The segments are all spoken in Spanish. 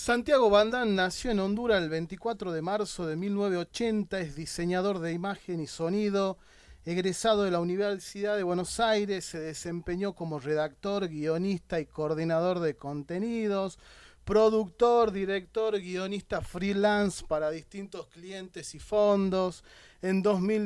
Santiago Bandán nació en Honduras el 24 de marzo de 1980, es diseñador de imagen y sonido, egresado de la Universidad de Buenos Aires, se desempeñó como redactor, guionista y coordinador de contenidos, productor, director, guionista freelance para distintos clientes y fondos. En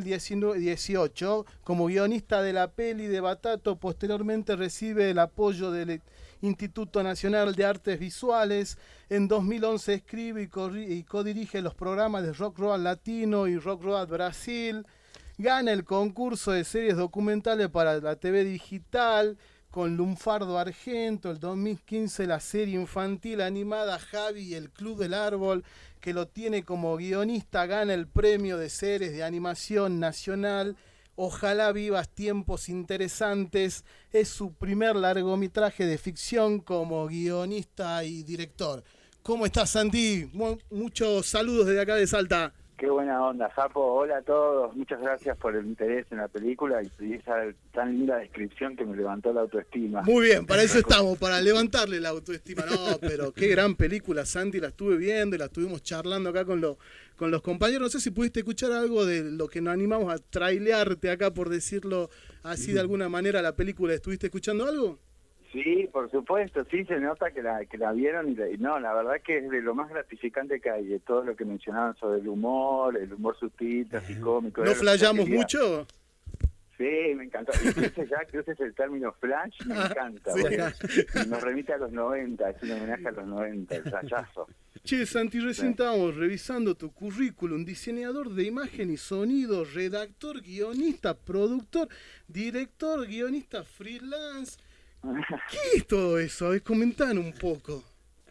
2018, como guionista de la peli de Batato, posteriormente recibe el apoyo del Instituto Nacional de Artes Visuales. En 2011 escribe y codirige los programas de Rock Road Latino y Rock Road Brasil. Gana el concurso de series documentales para la TV digital con Lunfardo Argento. El 2015 la serie infantil animada Javi y el Club del Árbol, que lo tiene como guionista, gana el premio de series de animación nacional. Ojalá vivas tiempos interesantes. Es su primer largometraje de ficción como guionista y director. ¿Cómo estás, Santi? Muchos saludos desde acá de Salta. Qué buena onda, Sapo. Hola a todos. Muchas gracias por el interés en la película y esa tan linda descripción que me levantó la autoestima. Muy bien, para eso estamos, para levantarle la autoestima. No, pero qué gran película, Santi. La estuve viendo y la estuvimos charlando acá con los compañeros. No sé si pudiste escuchar algo de lo que nos animamos a trailearte acá, por decirlo así de alguna manera, la película. ¿Estuviste escuchando algo? Sí, por supuesto, sí, se nota que la vieron y no, la verdad que es de lo más gratificante que hay, de todo lo que mencionaban sobre el humor sutil, tragicómico. ¿No flayamos mucho? Sí, me encantó. Incluso ya que uses el término flash, me encanta. Sí. Nos remite a los 90, es un homenaje a los 90, el flashazo. Che, Santi, recién estábamos revisando tu currículum: diseñador de imagen y sonido, redactor, guionista, productor, director, guionista freelance. ¿Qué es todo eso? A ver, comentan un poco.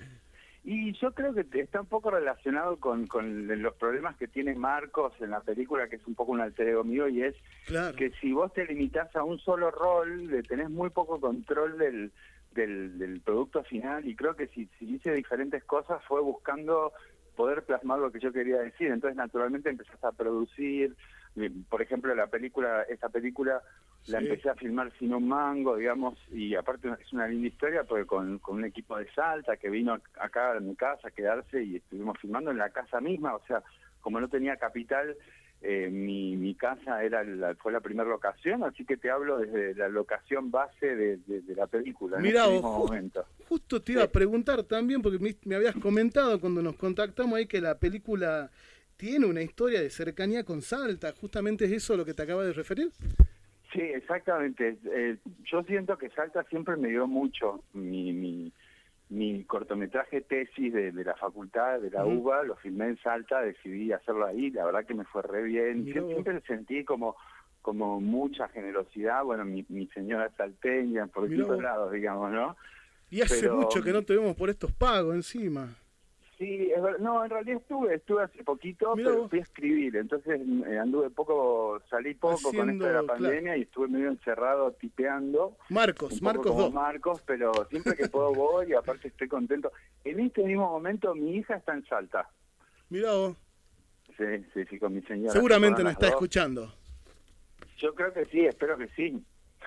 Y yo creo que está un poco relacionado con los problemas que tiene Marcos en la película, que es un poco un alter ego mío, y es que si vos te limitás a un solo rol, tenés muy poco control del producto final, y creo que si hice diferentes cosas fue buscando poder plasmar lo que yo quería decir. Entonces naturalmente empezás a producir, por ejemplo esta película la empecé a filmar sin un mango, digamos, y aparte es una linda historia porque con un equipo de Salta que vino acá a mi casa a quedarse y estuvimos filmando en la casa misma. O sea, como no tenía capital, mi casa fue la primera locación, así que te hablo desde la locación base de la película. Mirá, justo te iba a preguntar también, porque me habías comentado cuando nos contactamos ahí que la película tiene una historia de cercanía con Salta. ¿Justamente es eso lo que te acabas de referir? Sí, exactamente. Yo siento que Salta siempre me dio mucho. Mi cortometraje tesis de la facultad, de la UBA, lo filmé en Salta, decidí hacerlo ahí, la verdad que me fue re bien. Siempre sentí como mucha generosidad. Bueno, mi señora es salteña, por distintos lados, digamos, ¿no? Y hace mucho que no te vemos por estos pagos encima. Sí, no, en realidad estuve hace poquito, pero fui a escribir, entonces salí poco con esto de la pandemia y estuve medio encerrado tipeando. Marcos 2. Marcos, pero siempre que puedo voy y aparte estoy contento. En este mismo momento mi hija está en Salta. Mirá vos. Sí, con mi señora. Seguramente nos está escuchando. Yo creo que sí, espero que sí.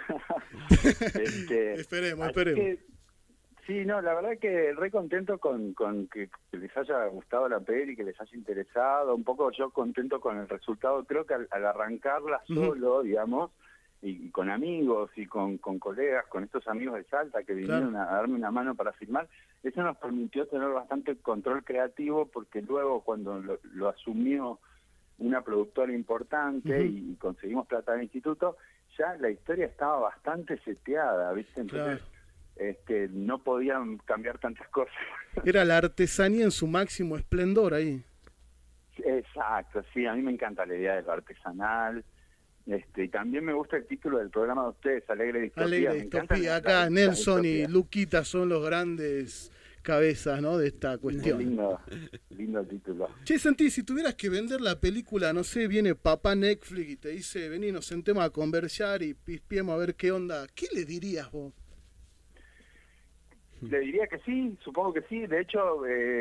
Esperemos. Sí, no, la verdad que re contento con que les haya gustado la peli, que les haya interesado, un poco yo contento con el resultado. Creo que al arrancarla solo, digamos, y con amigos y con colegas, con estos amigos de Salta que vinieron a darme una mano para filmar, eso nos permitió tener bastante control creativo, porque luego cuando lo asumió una productora importante y conseguimos plata del instituto, ya la historia estaba bastante seteada, ¿viste? Entonces no podían cambiar tantas cosas. Era la artesanía en su máximo esplendor ahí. Exacto, sí, a mí me encanta la idea de lo artesanal. Y también me gusta el título del programa de ustedes, Alegre Distopía. Alegre Distopía. Acá Nelson y Luquita son los grandes cabezas, ¿no?, de esta cuestión. Lindo título. Che, Santi, si tuvieras que vender la película, no sé, viene papá Netflix y te dice, vení, nos sentemos a conversar y pispiemos a ver qué onda, ¿qué le dirías vos? Le diría que sí, supongo que sí. De hecho,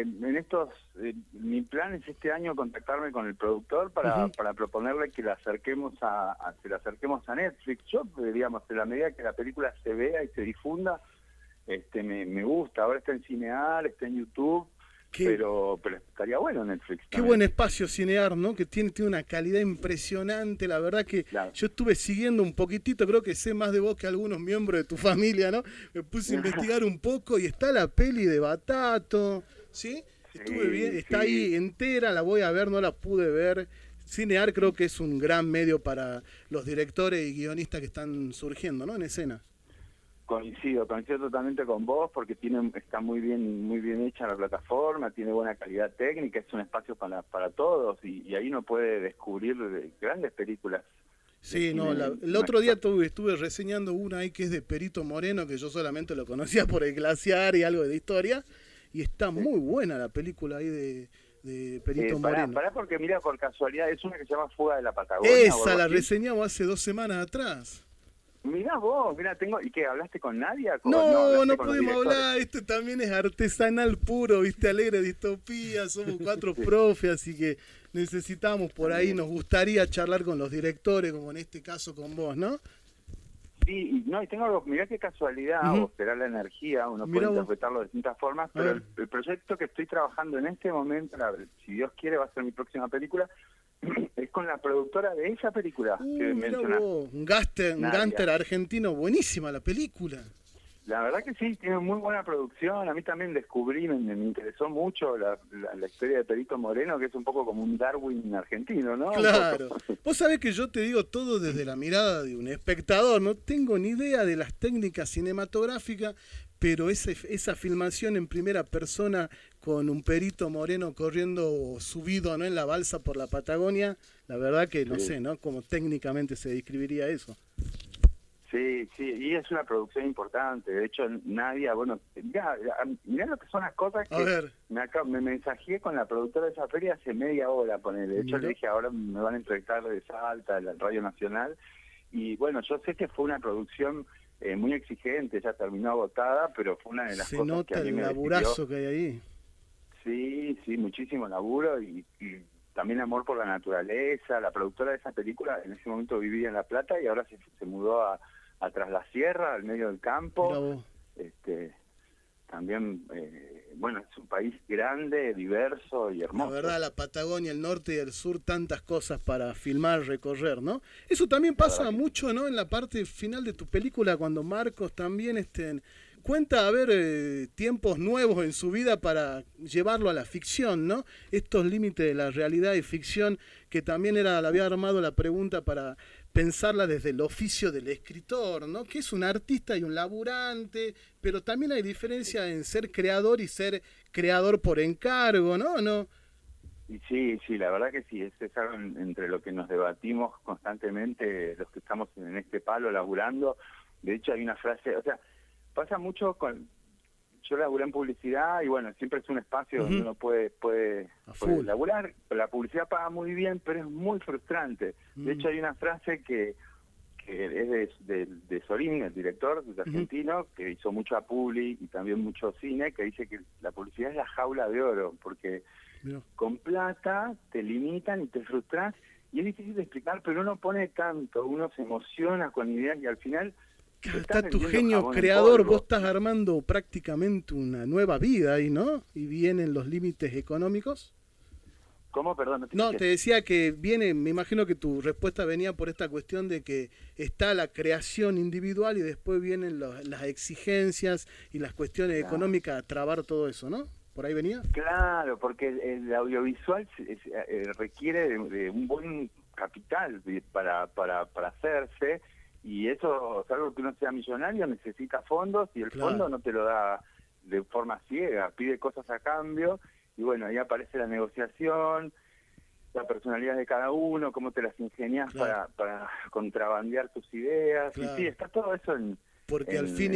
mi plan es este año contactarme con el productor para proponerle que la acerquemos a Netflix. Yo, digamos, en la medida que la película se vea y se difunda, me gusta. Ahora está en Cinear, está en YouTube, pero estaría bueno Netflix. Qué buen espacio Cinear, ¿no? Que tiene una calidad impresionante, la verdad que yo estuve siguiendo un poquitito, creo que sé más de vos que algunos miembros de tu familia, ¿no? Me puse a investigar un poco y está la peli de Batato, ¿sí? Estuve bien, está ahí entera, la voy a ver, no la pude ver. Cinear creo que es un gran medio para los directores y guionistas que están surgiendo, ¿no? En escena. Coincido totalmente con vos porque está muy bien hecha la plataforma, tiene buena calidad técnica, es un espacio para todos y ahí uno puede descubrir grandes películas. Sí, no, el otro día estuve reseñando una ahí que es de Perito Moreno, que yo solamente lo conocía por El Glaciar y algo de historia, y está muy buena la película ahí de Perito Moreno. Pará porque mira, por casualidad, es una que se llama Fuga de la Patagonia. Esa la reseñamos hace 2 semanas atrás. Mirá vos, tengo... ¿Y qué? ¿Hablaste con Nadia? No pudimos hablar, esto también es artesanal puro, viste, Alegre Distopía, somos 4 profes, así que necesitamos por ahí, nos gustaría charlar con los directores, como en este caso con vos, ¿no? Sí, y tengo algo, mirá qué casualidad, o será la energía, uno puede interpretarlo de distintas formas, pero el proyecto que estoy trabajando en este momento, si Dios quiere va a ser mi próxima película, es con la productora de esa película que mencionaste. Un gángster argentino, buenísima la película. La verdad que sí, tiene muy buena producción. A mí también descubrí, me interesó mucho la historia de Perito Moreno, que es un poco como un Darwin argentino, ¿no? Claro. Vos sabés que yo te digo todo desde la mirada de un espectador, no tengo ni idea de las técnicas cinematográficas, pero esa filmación en primera persona con un Perito Moreno corriendo subido, ¿no?, en la balsa por la Patagonia, la verdad que no sé, ¿no?, cómo técnicamente se describiría eso. Sí, y es una producción importante. De hecho, Nadia, mirá lo que son las cosas que me mensajé con la productora de esa feria hace media hora, ponele. De hecho, le dije, ahora me van a entrevistar de Salta, de la Radio Nacional. Y bueno, yo sé que fue una producción muy exigente, ya terminó agotada, pero fue una de las cosas que a mí me decidió. Se nota el laburazo que hay ahí. Sí, muchísimo laburo y también amor por la naturaleza. La productora de esa película en ese momento vivía en La Plata y ahora se mudó a Tras la Sierra, al medio del campo. También, es un país grande, diverso y hermoso. La verdad, la Patagonia, el norte y el sur, tantas cosas para filmar, recorrer, ¿no? Eso también pasa mucho, ¿no?, en la parte final de tu película, cuando Marcos también cuenta tiempos nuevos en su vida para llevarlo a la ficción, ¿no? Estos límites de la realidad y ficción, que también le había armado la pregunta para pensarla desde el oficio del escritor, ¿no?, que es un artista y un laburante, pero también hay diferencia en ser creador y ser creador por encargo, ¿no? Y sí, la verdad que sí, es algo entre lo que nos debatimos constantemente los que estamos en este palo laburando. De hecho, hay una frase, pasa mucho yo laburé en publicidad y siempre es un espacio donde uno puede laburar. La publicidad paga muy bien, pero es muy frustrante. De hecho, hay una frase que es de Sorín, el director argentino, que hizo mucho a Publi y también mucho cine, que dice que la publicidad es la jaula de oro, porque con plata te limitan y te frustras, y es difícil de explicar, pero uno pone tanto, uno se emociona con ideas y al final... Está tu genio creador, vos estás armando prácticamente una nueva vida ahí, ¿no? Y vienen los límites económicos. ¿Cómo? Perdón. No, te decía que viene, me imagino que tu respuesta venía por esta cuestión de que está la creación individual y después vienen las exigencias y las cuestiones económicas a trabar todo eso, ¿no? ¿Por ahí venía? Claro, porque el audiovisual requiere de un buen capital para hacerse. Y eso, salvo que uno sea millonario, necesita fondos y el fondo no te lo da de forma ciega, pide cosas a cambio y ahí aparece la negociación, la personalidad de cada uno, cómo te las ingenias para contrabandear tus ideas. Y sí, está todo eso porque al fin y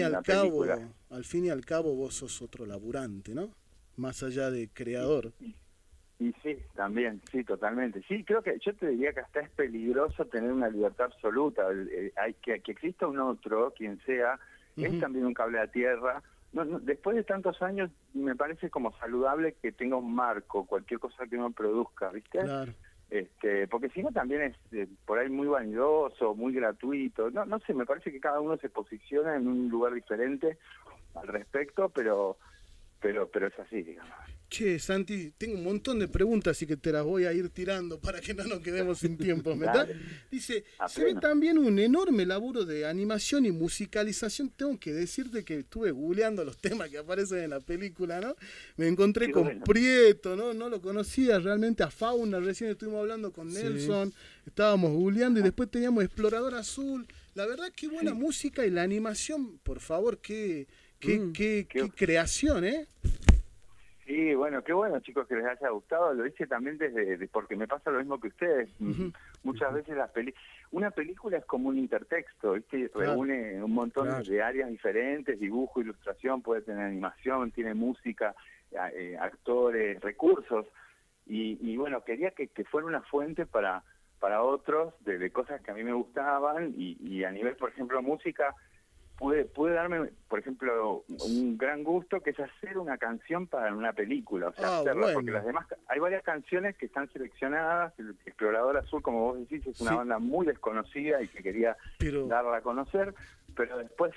al cabo vos sos otro laburante, ¿no? Más allá de creador. Y sí, también, sí, totalmente. Sí, creo que yo te diría que hasta es peligroso tener una libertad absoluta. Hay que exista un otro, quien sea, es también un cable a tierra. Después de tantos años, me parece como saludable que tenga un marco, cualquier cosa que uno produzca, ¿viste? Claro. Porque si no también es por ahí muy vanidoso, muy gratuito. No sé, me parece que cada uno se posiciona en un lugar diferente al respecto, pero es así, digamos. Che, Santi, tengo un montón de preguntas, así que te las voy a ir tirando para que no nos quedemos sin tiempo, ¿verdad? Dice, se ve también un enorme laburo de animación y musicalización. Tengo que decirte que estuve googleando los temas que aparecen en la película, ¿no? Me encontré con Prieto, ¿no? No lo conocía realmente, a Fauna, recién estuvimos hablando con Nelson, estábamos googleando y después teníamos Explorador Azul. La verdad, qué buena música y la animación, por favor, qué creación, ¿eh? Sí, bueno, qué bueno, chicos, que les haya gustado. Lo hice también porque me pasa lo mismo que ustedes. Muchas veces una película es como un intertexto, ¿viste? Reúne un montón de áreas diferentes, dibujo, ilustración, puede tener animación, tiene música, actores, recursos. Y bueno, quería que fuera una fuente para otros de cosas que a mí me gustaban y a nivel, por ejemplo, música. Pude darme, por ejemplo, un gran gusto que es hacer una canción para una película, o sea, hacerla, porque las demás, hay varias canciones que están seleccionadas. El Explorador Azul, como vos decís, es una banda muy desconocida y que quería darla a conocer, pero después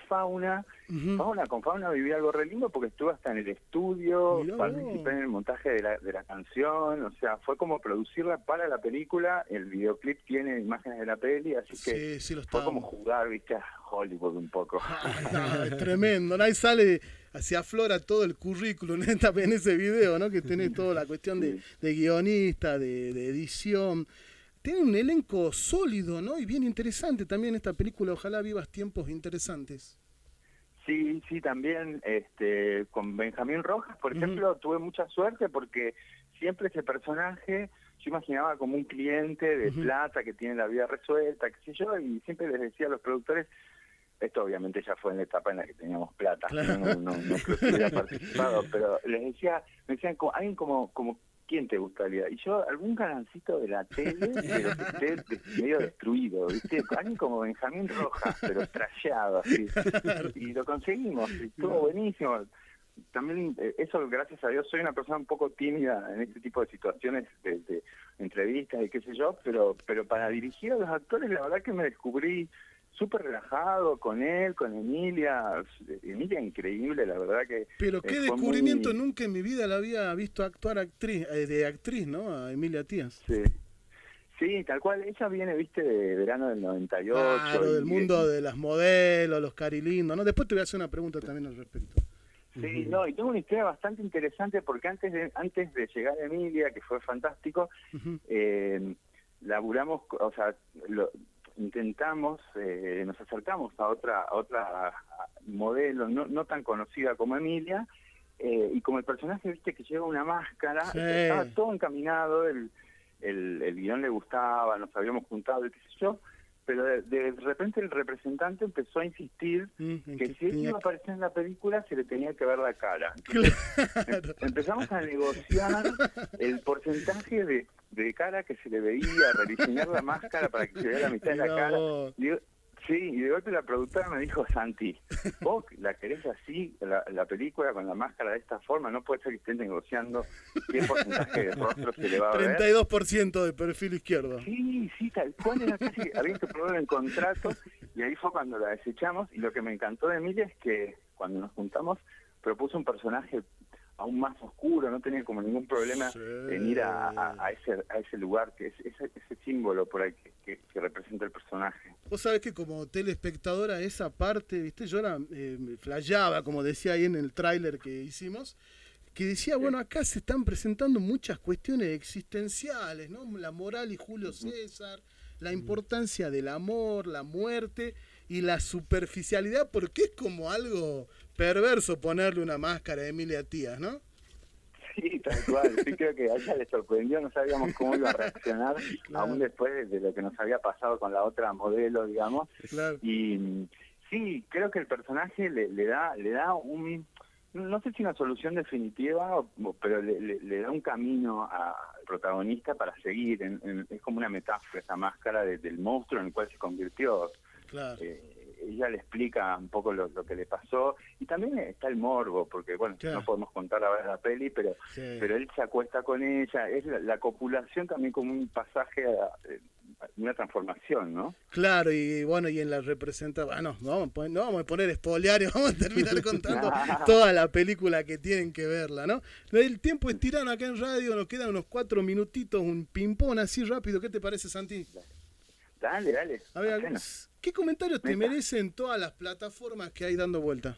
con Fauna viví algo re lindo porque estuve hasta en el estudio, participé en el montaje de la canción, o sea, fue como producirla para la película. El videoclip tiene imágenes de la peli, así que fue como jugar, viste, a Hollywood un poco. No, es tremendo, ¿no? Ahí sale, se aflora todo el currículum en ese video, ¿no? Que tenés toda la cuestión de guionista, de edición. Tiene un elenco sólido, ¿no? Y bien interesante también esta película. Ojalá vivas tiempos interesantes. Sí, también con Benjamín Rojas, por ejemplo, tuve mucha suerte porque siempre ese personaje yo imaginaba como un cliente de plata que tiene la vida resuelta, qué sé yo, y siempre les decía a los productores, esto obviamente ya fue en la etapa en la que teníamos plata, no creo que hubiera participado, pero me decían, alguien como ¿quién te gustaría? Y yo, algún galancito de la tele, pero que esté medio destruido, ¿viste? Alguien como Benjamín Rojas, pero trasheado, así. Y lo conseguimos, y estuvo buenísimo. También, eso, gracias a Dios, soy una persona un poco tímida en este tipo de situaciones, de entrevistas y qué sé yo, pero para dirigir a los actores, la verdad que me descubrí súper relajado con él, con Emilia. Emilia increíble, la verdad que... Pero qué descubrimiento, nunca en mi vida la había visto actuar de actriz, ¿no? A Emilia Tías. Sí, tal cual. Ella viene, viste, de verano del 98. Claro, del mundo de las modelos, los carilindos, ¿no? Después te voy a hacer una pregunta también al respecto. Sí, no, y tengo una historia bastante interesante porque antes de llegar a Emilia, que fue fantástico, laburamos, o sea, intentamos, nos acercamos a otra modelo no tan conocida como Emilia, y como el personaje, viste, que lleva una máscara, estaba todo encaminado, el guión le gustaba, nos habíamos juntado y qué sé yo, pero de repente el representante empezó a insistir que si él iba a aparecer en la película se le tenía que ver la cara. Entonces, empezamos a negociar el porcentaje de cara que se le veía, rediseñar la máscara para que se vea la mitad de la cara. Y de golpe la productora me dijo, Santi, vos la querés así, la película con la máscara de esta forma, no puede ser que estén negociando qué porcentaje de rostro se le va a ver. 32% de perfil izquierdo. Sí, tal cual, era casi, había que probar en contrato, y ahí fue cuando la desechamos. Y lo que me encantó de Emilia es que cuando nos juntamos propuso un personaje aún más oscuro, no tenía como ningún problema en ir a ese lugar, que es ese símbolo por ahí que representa el personaje. Vos sabés que como telespectadora esa parte, viste, yo flasheaba, como decía ahí en el tráiler que hicimos, que decía, bueno, acá se están presentando muchas cuestiones existenciales, ¿no? La moral y Julio César, la importancia del amor, la muerte y la superficialidad, porque es como algo perverso ponerle una máscara a Emilia Tías, ¿no? Sí, tal cual. Sí, creo que a ella le sorprendió, no sabíamos cómo iba a reaccionar, aún después de lo que nos había pasado con la otra modelo, digamos. Y sí, creo que el personaje le da un... No sé si una solución definitiva, pero le da un camino al protagonista para seguir. Es como una metáfora esa máscara del monstruo en el cual se convirtió. Ella le explica un poco lo que le pasó, y también está el morbo, porque bueno, no podemos contar ahora la peli, pero él se acuesta con ella, es la copulación también como un pasaje una transformación, ¿no? Claro, y bueno, y en la representación, no vamos a poner spoilear y vamos a terminar contando toda la película que tienen que verla, ¿no? El tiempo es tirano acá en radio, nos quedan unos 4 minutitos, un ping-pong así rápido. ¿Qué te parece, Santi? Dale. A ver, ¿qué comentarios te merecen todas las plataformas que hay dando vuelta?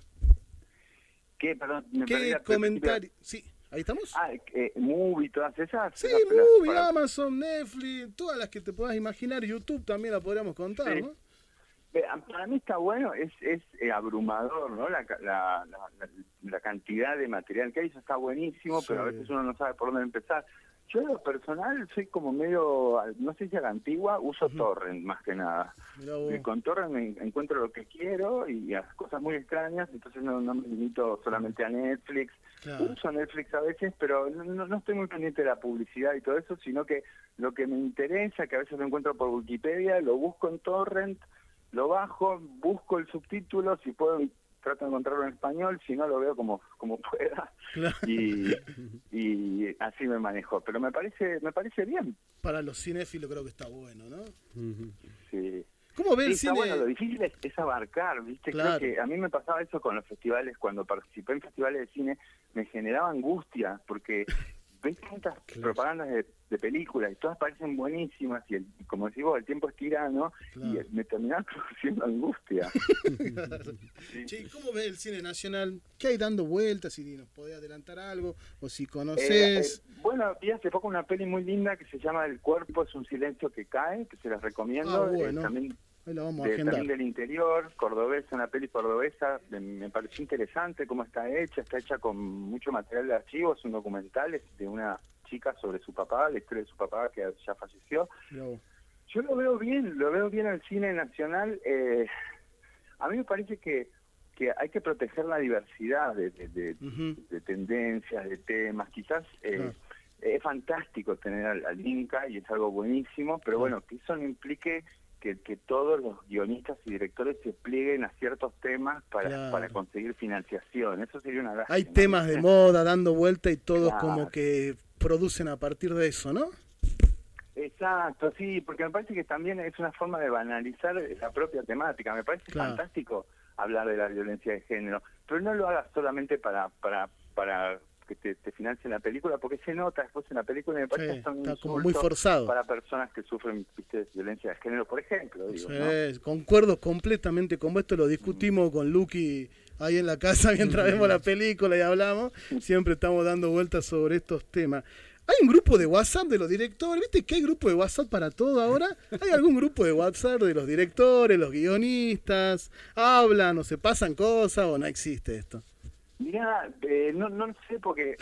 Perdón, ¿Qué comentarios? Sí. ¿Ahí estamos? Movie, todas esas. Sí, Movie, Amazon, Netflix, todas las que te puedas imaginar. YouTube también la podríamos contar, sí. ¿no? Para mí está bueno, es abrumador, ¿no? La cantidad de material que hay, eso está buenísimo, sí. Pero a veces uno no sabe por dónde empezar. Yo en lo personal soy como medio, no sé si a la antigua, uso torrent más que nada. Con torrent me encuentro lo que quiero y a cosas muy extrañas, entonces no me limito solamente a Netflix. Claro. Uso Netflix a veces, pero no estoy muy pendiente de la publicidad y todo eso, sino que lo que me interesa, que a veces lo encuentro por Wikipedia, lo busco en torrent, lo bajo, busco el subtítulo, si puedo trato de encontrarlo en español, si no lo veo como pueda. Claro. Y así me manejo, pero me parece bien. Para los cinéfilos creo que está bueno, ¿no? Sí. ¿Cómo ve el cine? Bueno, lo difícil es abarcar, ¿viste? Claro. Creo que a mí me pasaba eso con los festivales, cuando participé en festivales de cine, me generaba angustia, porque ves tantas propagandas de películas y todas parecen buenísimas y como decís vos, el tiempo es tirano y me terminaba produciendo angustia. Claro. Sí. Che, ¿cómo ves el cine nacional? ¿Qué hay dando vueltas? Si nos podés adelantar algo o si conocés. Bueno, vi hace poco una peli muy linda que se llama El cuerpo es un silencio que cae, que se las recomiendo. Bueno. También ahí la vamos a agendar. También del interior, cordobesa, una peli cordobesa, me pareció interesante cómo está hecha con mucho material de archivo, es un documental, es de una chica sobre su papá, la historia de su papá que ya falleció. No. Yo lo veo bien al cine nacional. A mí me parece que hay que proteger la diversidad de tendencias, de temas, quizás... Es fantástico tener al Inca y es algo buenísimo, pero bueno, que eso no implique que todos los guionistas y directores se plieguen a ciertos temas para conseguir financiación. Eso sería una lástima. Hay temas de moda dando vuelta y todos como que producen a partir de eso, ¿no? Exacto, sí, porque me parece que también es una forma de banalizar la propia temática. Me parece fantástico hablar de la violencia de género, pero no lo hagas solamente para que te financien la película, porque se nota después en la película y me parece que está como muy forzado para personas que sufren violencia de género, por ejemplo. Digo, ¿no? Concuerdo completamente con esto, lo discutimos con Luqui ahí en la casa mientras vemos la película y hablamos, siempre estamos dando vueltas sobre estos temas. ¿Hay un grupo de WhatsApp de los directores? ¿Viste que hay grupo de WhatsApp para todo ahora? ¿Hay algún grupo de WhatsApp de los directores, los guionistas? ¿Hablan o se pasan cosas o no existe esto? Mirá, no sé porque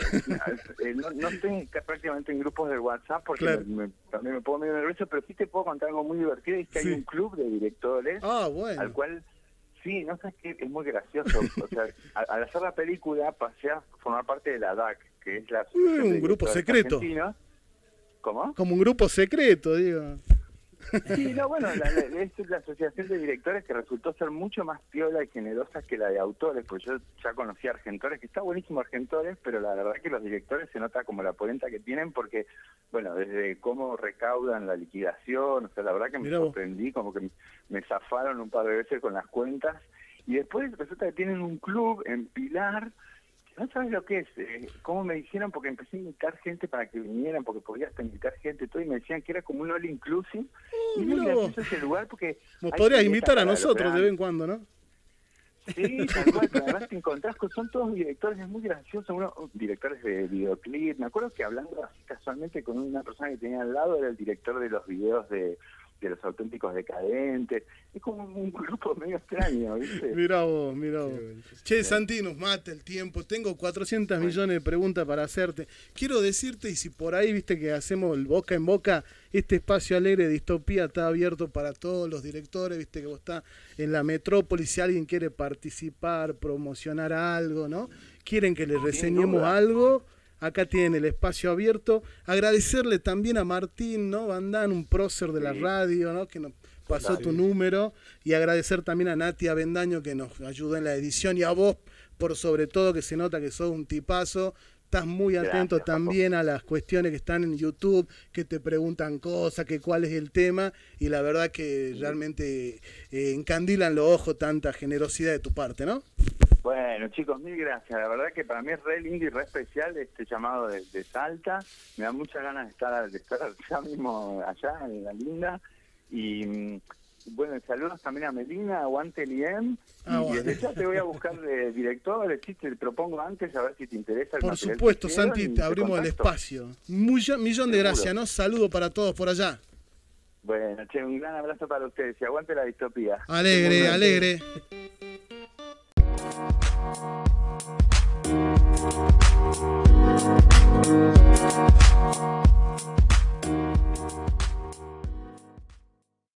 no estoy prácticamente en grupos de WhatsApp porque también me pongo medio nervioso, pero sí te puedo contar algo muy divertido, y es que hay un club de directores al cual, sí, no sé qué, es muy gracioso. O sea, al hacer la película pasé a formar parte de la DAC, que es la un grupo secreto. Argentinos. ¿Cómo? Como un grupo secreto, digo. Sí, no, bueno, es la asociación de directores que resultó ser mucho más piola y generosa que la de autores, pues yo ya conocí a Argentores, que está buenísimo Argentores, pero la verdad que los directores se nota como la polenta que tienen, porque, bueno, desde cómo recaudan la liquidación, o sea, la verdad que me sorprendí, como que me zafaron un par de veces con las cuentas, y después resulta que tienen un club en Pilar. No sabes lo que es, cómo me dijeron, porque empecé a invitar gente para que vinieran, porque podías invitar gente todo, y me decían que era como un all inclusive, y muy gracioso ese lugar, porque... Nos podrías invitar a nosotros de vez en cuando, ¿no? Sí, tal cual, pero además te encontrás con, son todos directores, es muy gracioso, directores de videoclip. Me acuerdo que hablando así casualmente con una persona que tenía al lado, era el director de los videos de los auténticos decadentes. Es como un grupo medio extraño, ¿viste? Mirá vos. Che, Santi, nos mata el tiempo. Tengo 400 millones de preguntas para hacerte. Quiero decirte, y si por ahí, viste que hacemos el boca en boca, este espacio alegre de Distopía está abierto para todos los directores, viste que vos estás en la metrópoli, si alguien quiere participar, promocionar algo, ¿no? Quieren que les reseñemos algo, acá tienen el espacio abierto. Agradecerle también a Martín, ¿no? Bandán, un prócer de la radio, ¿no? Que nos pasó tu número. Y agradecer también a Nati Avendaño, que nos ayudó en la edición. Y a vos, por sobre todo, que se nota que sos un tipazo. estás muy atento también a las cuestiones que están en YouTube, que te preguntan cosas, que cuál es el tema, y la verdad que realmente encandilan los ojos tanta generosidad de tu parte, ¿no? Bueno, chicos, mil gracias. La verdad que para mí es re lindo y re especial este llamado de Salta. Me da muchas ganas de estar ya mismo allá en la linda. Y bueno, saludos también a Melina, aguante el IEM. Y desde ya te voy a buscar de director, te propongo antes a ver si te interesa el Por material supuesto, que Santi, te abrimos el espacio. Millón de gracias, ¿no? Saludo para todos por allá. Bueno, che, un gran abrazo para ustedes y aguante la distopía. Alegre, alegre.